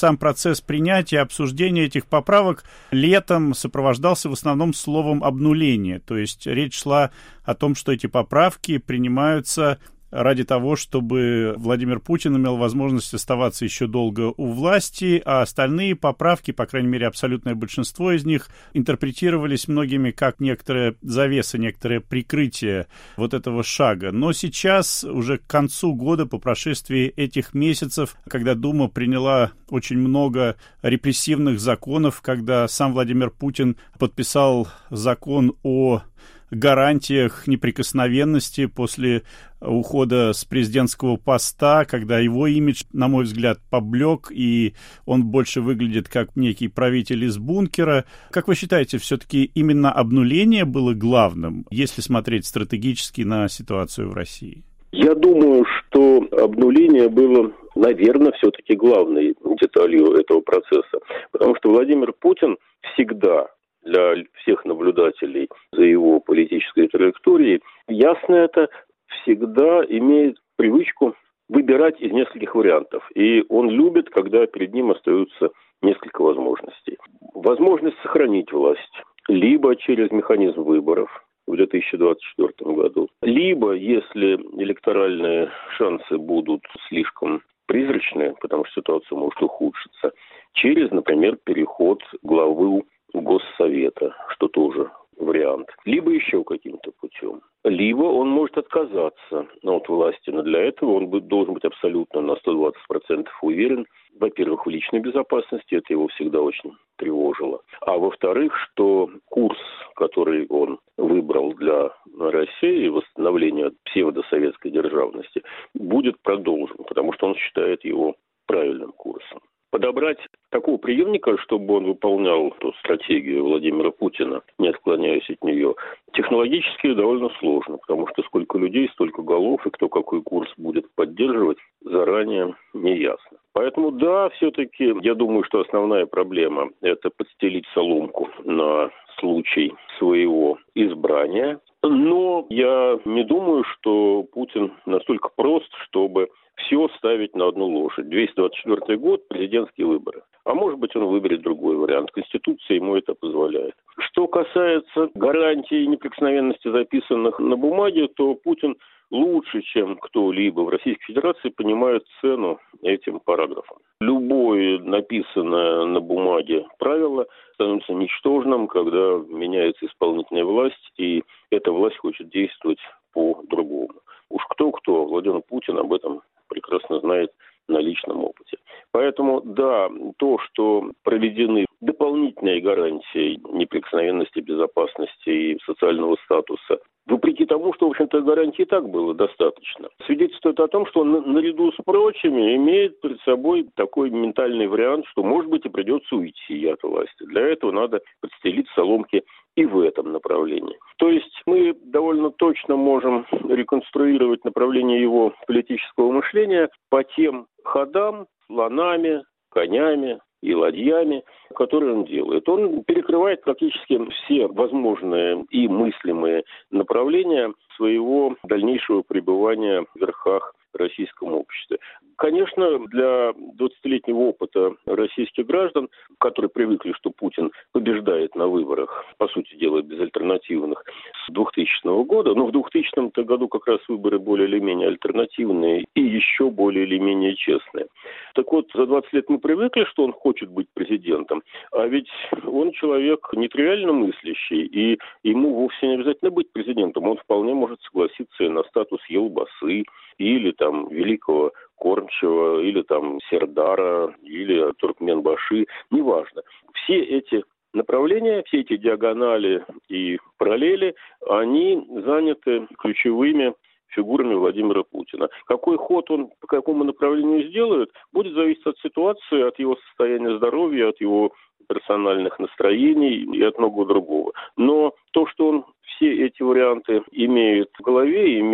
сам процесс принятия, обсуждения этих поправок летом сопровождался в основном словом «обнуление». То есть речь шла о том, что эти поправки принимаются ради того, чтобы Владимир Путин имел возможность оставаться еще долго у власти, а остальные поправки, по крайней мере, абсолютное большинство из них, интерпретировались многими как некоторая завеса, некоторое прикрытие вот этого шага. Но сейчас, уже к концу года, по прошествии этих месяцев, когда Дума приняла очень много репрессивных законов, когда сам Владимир Путин подписал закон о гарантиях неприкосновенности после ухода с президентского поста, когда его имидж, на мой взгляд, поблек, и он больше выглядит как некий правитель из бункера. Как вы считаете, все-таки именно обнуление было главным, если смотреть стратегически на ситуацию в России? Я думаю, что обнуление было, наверное, все-таки главной деталью этого процесса, потому что Владимир Путин всегда, для всех наблюдателей за его политической траекторией, ясно это, всегда имеет привычку выбирать из нескольких вариантов. И он любит, когда перед ним остаются несколько возможностей. Возможность сохранить власть, либо через механизм выборов в 2024 году, либо, если электоральные шансы будут слишком призрачные, потому что ситуация может ухудшиться, через, например, переход главы Госсовета, что тоже вариант. Либо еще каким-то путем. Либо он может отказаться от власти, но для этого он должен быть абсолютно на 120% уверен, во-первых, в личной безопасности, это его всегда очень тревожило, а во-вторых, что курс, который он выбрал для России, восстановления псевдосоветской державности, будет продолжен, потому что он считает его правильным курсом. Подобрать такого преемника, чтобы он выполнял ту стратегию Владимира Путина, не отклоняясь от нее, технологически довольно сложно, потому что сколько людей, столько голов, и кто какой курс будет поддерживать, заранее не ясно. Поэтому да, все-таки я думаю, что основная проблема – это подстелить соломку на случай своего избрания. Но я не думаю, что Путин настолько прост, чтобы все ставить на одну лошадь. 224 год, президентские выборы. А может быть, он выберет другой вариант. Конституция ему это позволяет. Что касается гарантий неприкосновенности, записанных на бумаге, то Путин лучше, чем кто-либо в Российской Федерации, понимает цену этим параграфам. Любое написанное на бумаге правило становится ничтожным, когда меняется исполнительная власть, и эта власть хочет действовать по-другому. Уж кто-кто, Владимир Путин об этом прекрасно знает на личном опыте. Поэтому, да, то, что проведены дополнительные гарантии неприкосновенности, безопасности и социального статуса, вопреки тому, что, в общем-то, гарантий и так было достаточно, свидетельствует о том, что он наряду с прочими имеет перед собой такой ментальный вариант, что, может быть, и придется уйти от власти. Для этого надо подстелить соломки и в этом направлении. То есть мы довольно точно можем реконструировать направление его политического мышления по тем ходам, слонами, конями и ладьями, которые он делает. Он перекрывает практически все возможные и мыслимые направления своего дальнейшего пребывания в верхах российском обществе. Конечно, для 20-летнего опыта российских граждан, которые привыкли, что Путин побеждает на выборах, по сути дела, безальтернативных, с 2000 года, но в 2000 году как раз выборы более или менее альтернативные и еще более или менее честные. Так вот, за 20 лет мы привыкли, что он хочет быть президентом, а ведь он человек нетривиально мыслящий, и ему вовсе не обязательно быть президентом. Он вполне может согласиться на статус елбасы или там великого кормчего, или там Сердара, или Туркменбаши, неважно. Все эти направления, все эти диагонали и параллели, они заняты ключевыми фигурами Владимира Путина. Какой ход он по какому направлению сделает, будет зависеть от ситуации, от его состояния здоровья, от его персональных настроений и от многого другого. Но то, что он все эти варианты имеет в голове, имеет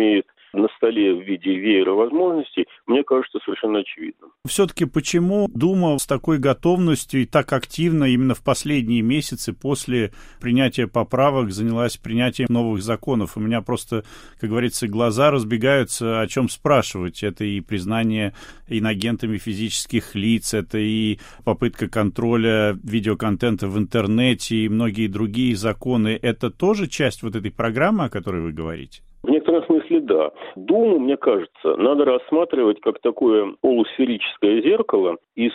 на столе в виде веера возможностей, мне кажется совершенно очевидным. Все-таки почему Дума с такой готовностью и так активно именно в последние месяцы после принятия поправок занялась принятием новых законов? У меня просто, как говорится, глаза разбегаются, о чем спрашивать. Это и признание инагентами физических лиц, это и попытка контроля видеоконтента в интернете и многие другие законы. Это тоже часть вот этой программы, о которой вы говорите? В некотором смысле да. Думу, мне кажется, надо рассматривать как такое полусферическое зеркало из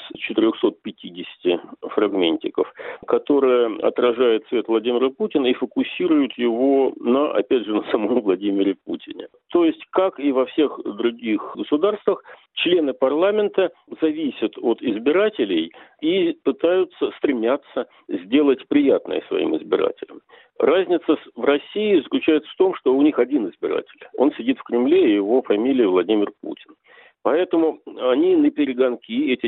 450 фрагментиков, которое отражает цвет Владимира Путина и фокусирует его на, опять же, на самом Владимире Путине. То есть, как и во всех других государствах, члены парламента зависят от избирателей и стремятся сделать приятное своим избирателям. Разница в России заключается в том, что у них один избиратель. Он сидит в Кремле, и его фамилия Владимир Путин. Поэтому они наперегонки, эти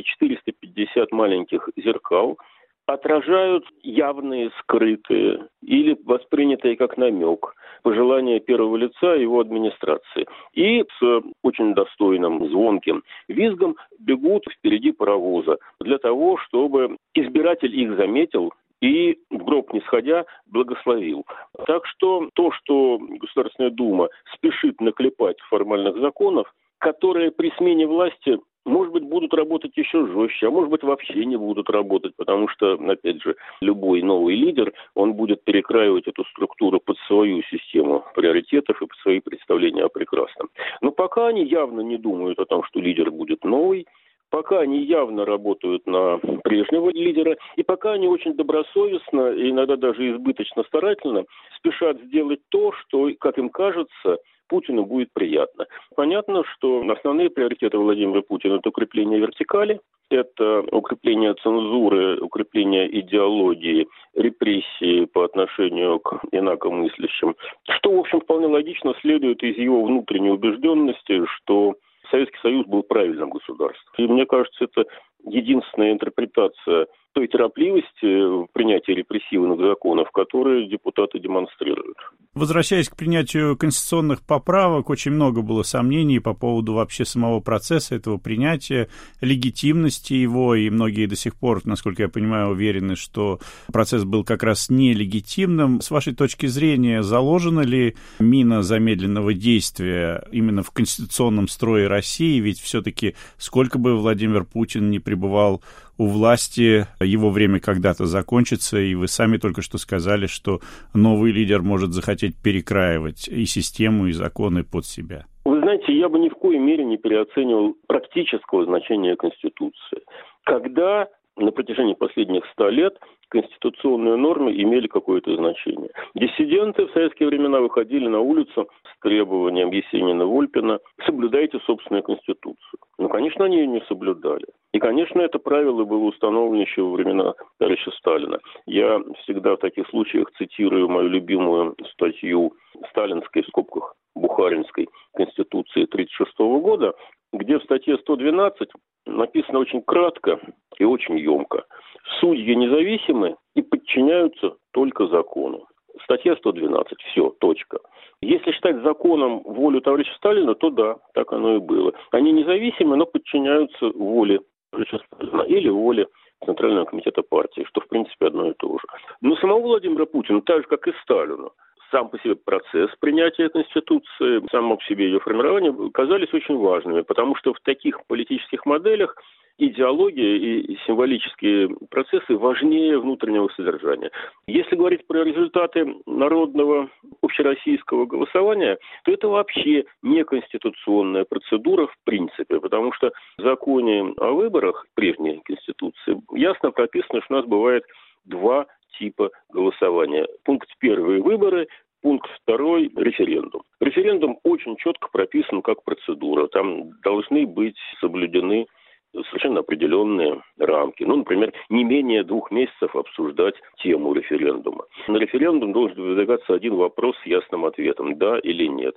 450 маленьких зеркал, отражают явные, скрытые или воспринятые как намек пожелания первого лица его администрации. И с очень достойным, звонким визгом бегут впереди паровоза для того, чтобы избиратель их заметил и, в гроб не сходя, благословил. Так что то, что Государственная Дума спешит наклепать формальных законов, которые при смене власти, может быть, будут работать еще жестче, а может быть, вообще не будут работать, потому что, опять же, любой новый лидер, он будет перекраивать эту структуру под свою систему приоритетов и под свои представления о прекрасном. Но пока они явно не думают о том, что лидер будет новый, пока они явно работают на прежнего лидера, и пока они очень добросовестно, и иногда даже избыточно старательно спешат сделать то, что, как им кажется, Путину будет приятно. Понятно, что основные приоритеты Владимира Путина – это укрепление вертикали, это укрепление цензуры, укрепление идеологии, репрессии по отношению к инакомыслящим, что, в общем, вполне логично следует из его внутренней убежденности, что Советский Союз был правильным государством. И мне кажется, это единственная интерпретация той торопливости в принятии репрессивных законов, которые депутаты демонстрируют. Возвращаясь к принятию конституционных поправок, очень много было сомнений по поводу вообще самого процесса этого принятия, легитимности его, и многие до сих пор, насколько я понимаю, уверены, что процесс был как раз нелегитимным. С вашей точки зрения, заложена ли мина замедленного действия именно в конституционном строе России? Ведь все-таки сколько бы Владимир Путин не пребывал у власти, его время когда-то закончится, и вы сами только что сказали, что новый лидер может захотеть перекраивать и систему, и законы под себя. Вы знаете, я бы ни в коей мере не переоценивал практического значения Конституции. Когда на протяжении последних 100 лет конституционные нормы имели какое-то значение. Диссиденты в советские времена выходили на улицу с требованием Есенина-Вольпина: соблюдайте собственную конституцию. Ну, конечно, они ее не соблюдали. И, конечно, это правило было установлено еще во времена товарища Сталина. Я всегда в таких случаях цитирую мою любимую статью сталинской, в скобках, бухаринской Конституции 1936 года, где в статье 112 написано очень кратко и очень емко: судьи независимы и подчиняются только закону. Статья 112. Все, точка. Если считать законом волю товарища Сталина, то да, так оно и было. Они независимы, но подчиняются воле товарища Сталина или воле Центрального комитета партии, что, в принципе, одно и то же. Но самого Владимира Путина, так же, как и Сталину, сам по себе процесс принятия Конституции, само по себе ее формирование казались очень важными, потому что в таких политических моделях идеология и символические процессы важнее внутреннего содержания. Если говорить про результаты народного общероссийского голосования, то это вообще не конституционная процедура в принципе, потому что в законе о выборах прежней Конституции ясно прописано, что у нас бывает два типа голосования. Пункт 1 – выборы, пункт 2 – референдум. Референдум очень четко прописан как процедура. Там должны быть соблюдены совершенно определенные рамки. Ну, например, не менее 2 месяцев обсуждать тему референдума. На референдум должен выдвигаться один вопрос с ясным ответом – да или нет.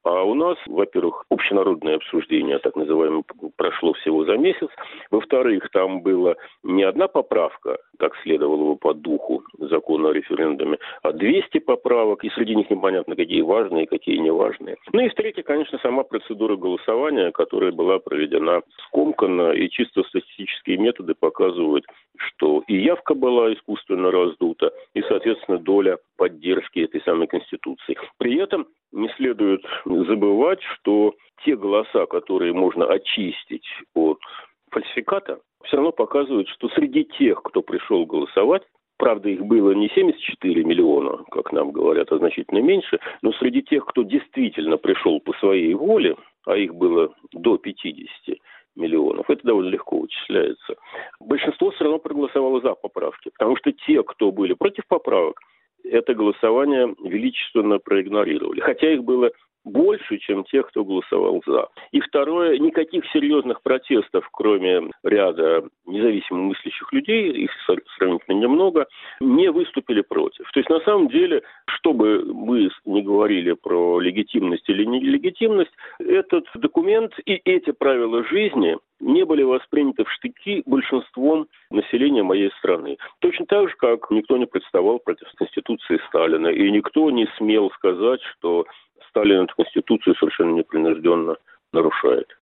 А у нас, во-первых, общенародное обсуждение, так называемое, прошло всего за месяц. Во-вторых, там была не одна поправка, как следовало бы по духу закона о референдуме, а 200 поправок, и среди них непонятно, какие важные, какие неважные. Ну и в-третьих, конечно, сама процедура голосования, которая была проведена скомканно, и чисто статистические методы показывают, что и явка была искусственно раздута, и, соответственно, доля поддержки этой самой Конституции. При этом не следует забывать, что те голоса, которые можно очистить от фальсификата, все равно показывают, что среди тех, кто пришел голосовать, правда, их было не 74 миллиона, как нам говорят, а значительно меньше, но среди тех, кто действительно пришел по своей воле, а их было до 50 миллионов, это довольно легко вычисляется, большинство все равно проголосовало за поправки, потому что те, кто были против поправок, это голосование величественно проигнорировали. Хотя их было больше, чем тех, кто голосовал за. И второе, никаких серьезных протестов, кроме ряда независимо мыслящих людей, их сравнительно немного, не выступили против. То есть, на самом деле, что бы мы ни говорили про легитимность или нелегитимность, этот документ и эти правила жизни не были восприняты в штыки большинством населения моей страны. Точно так же, как никто не представал против Конституции Сталина, и никто не смел сказать, что Сталин эту Конституцию совершенно непринужденно нарушает.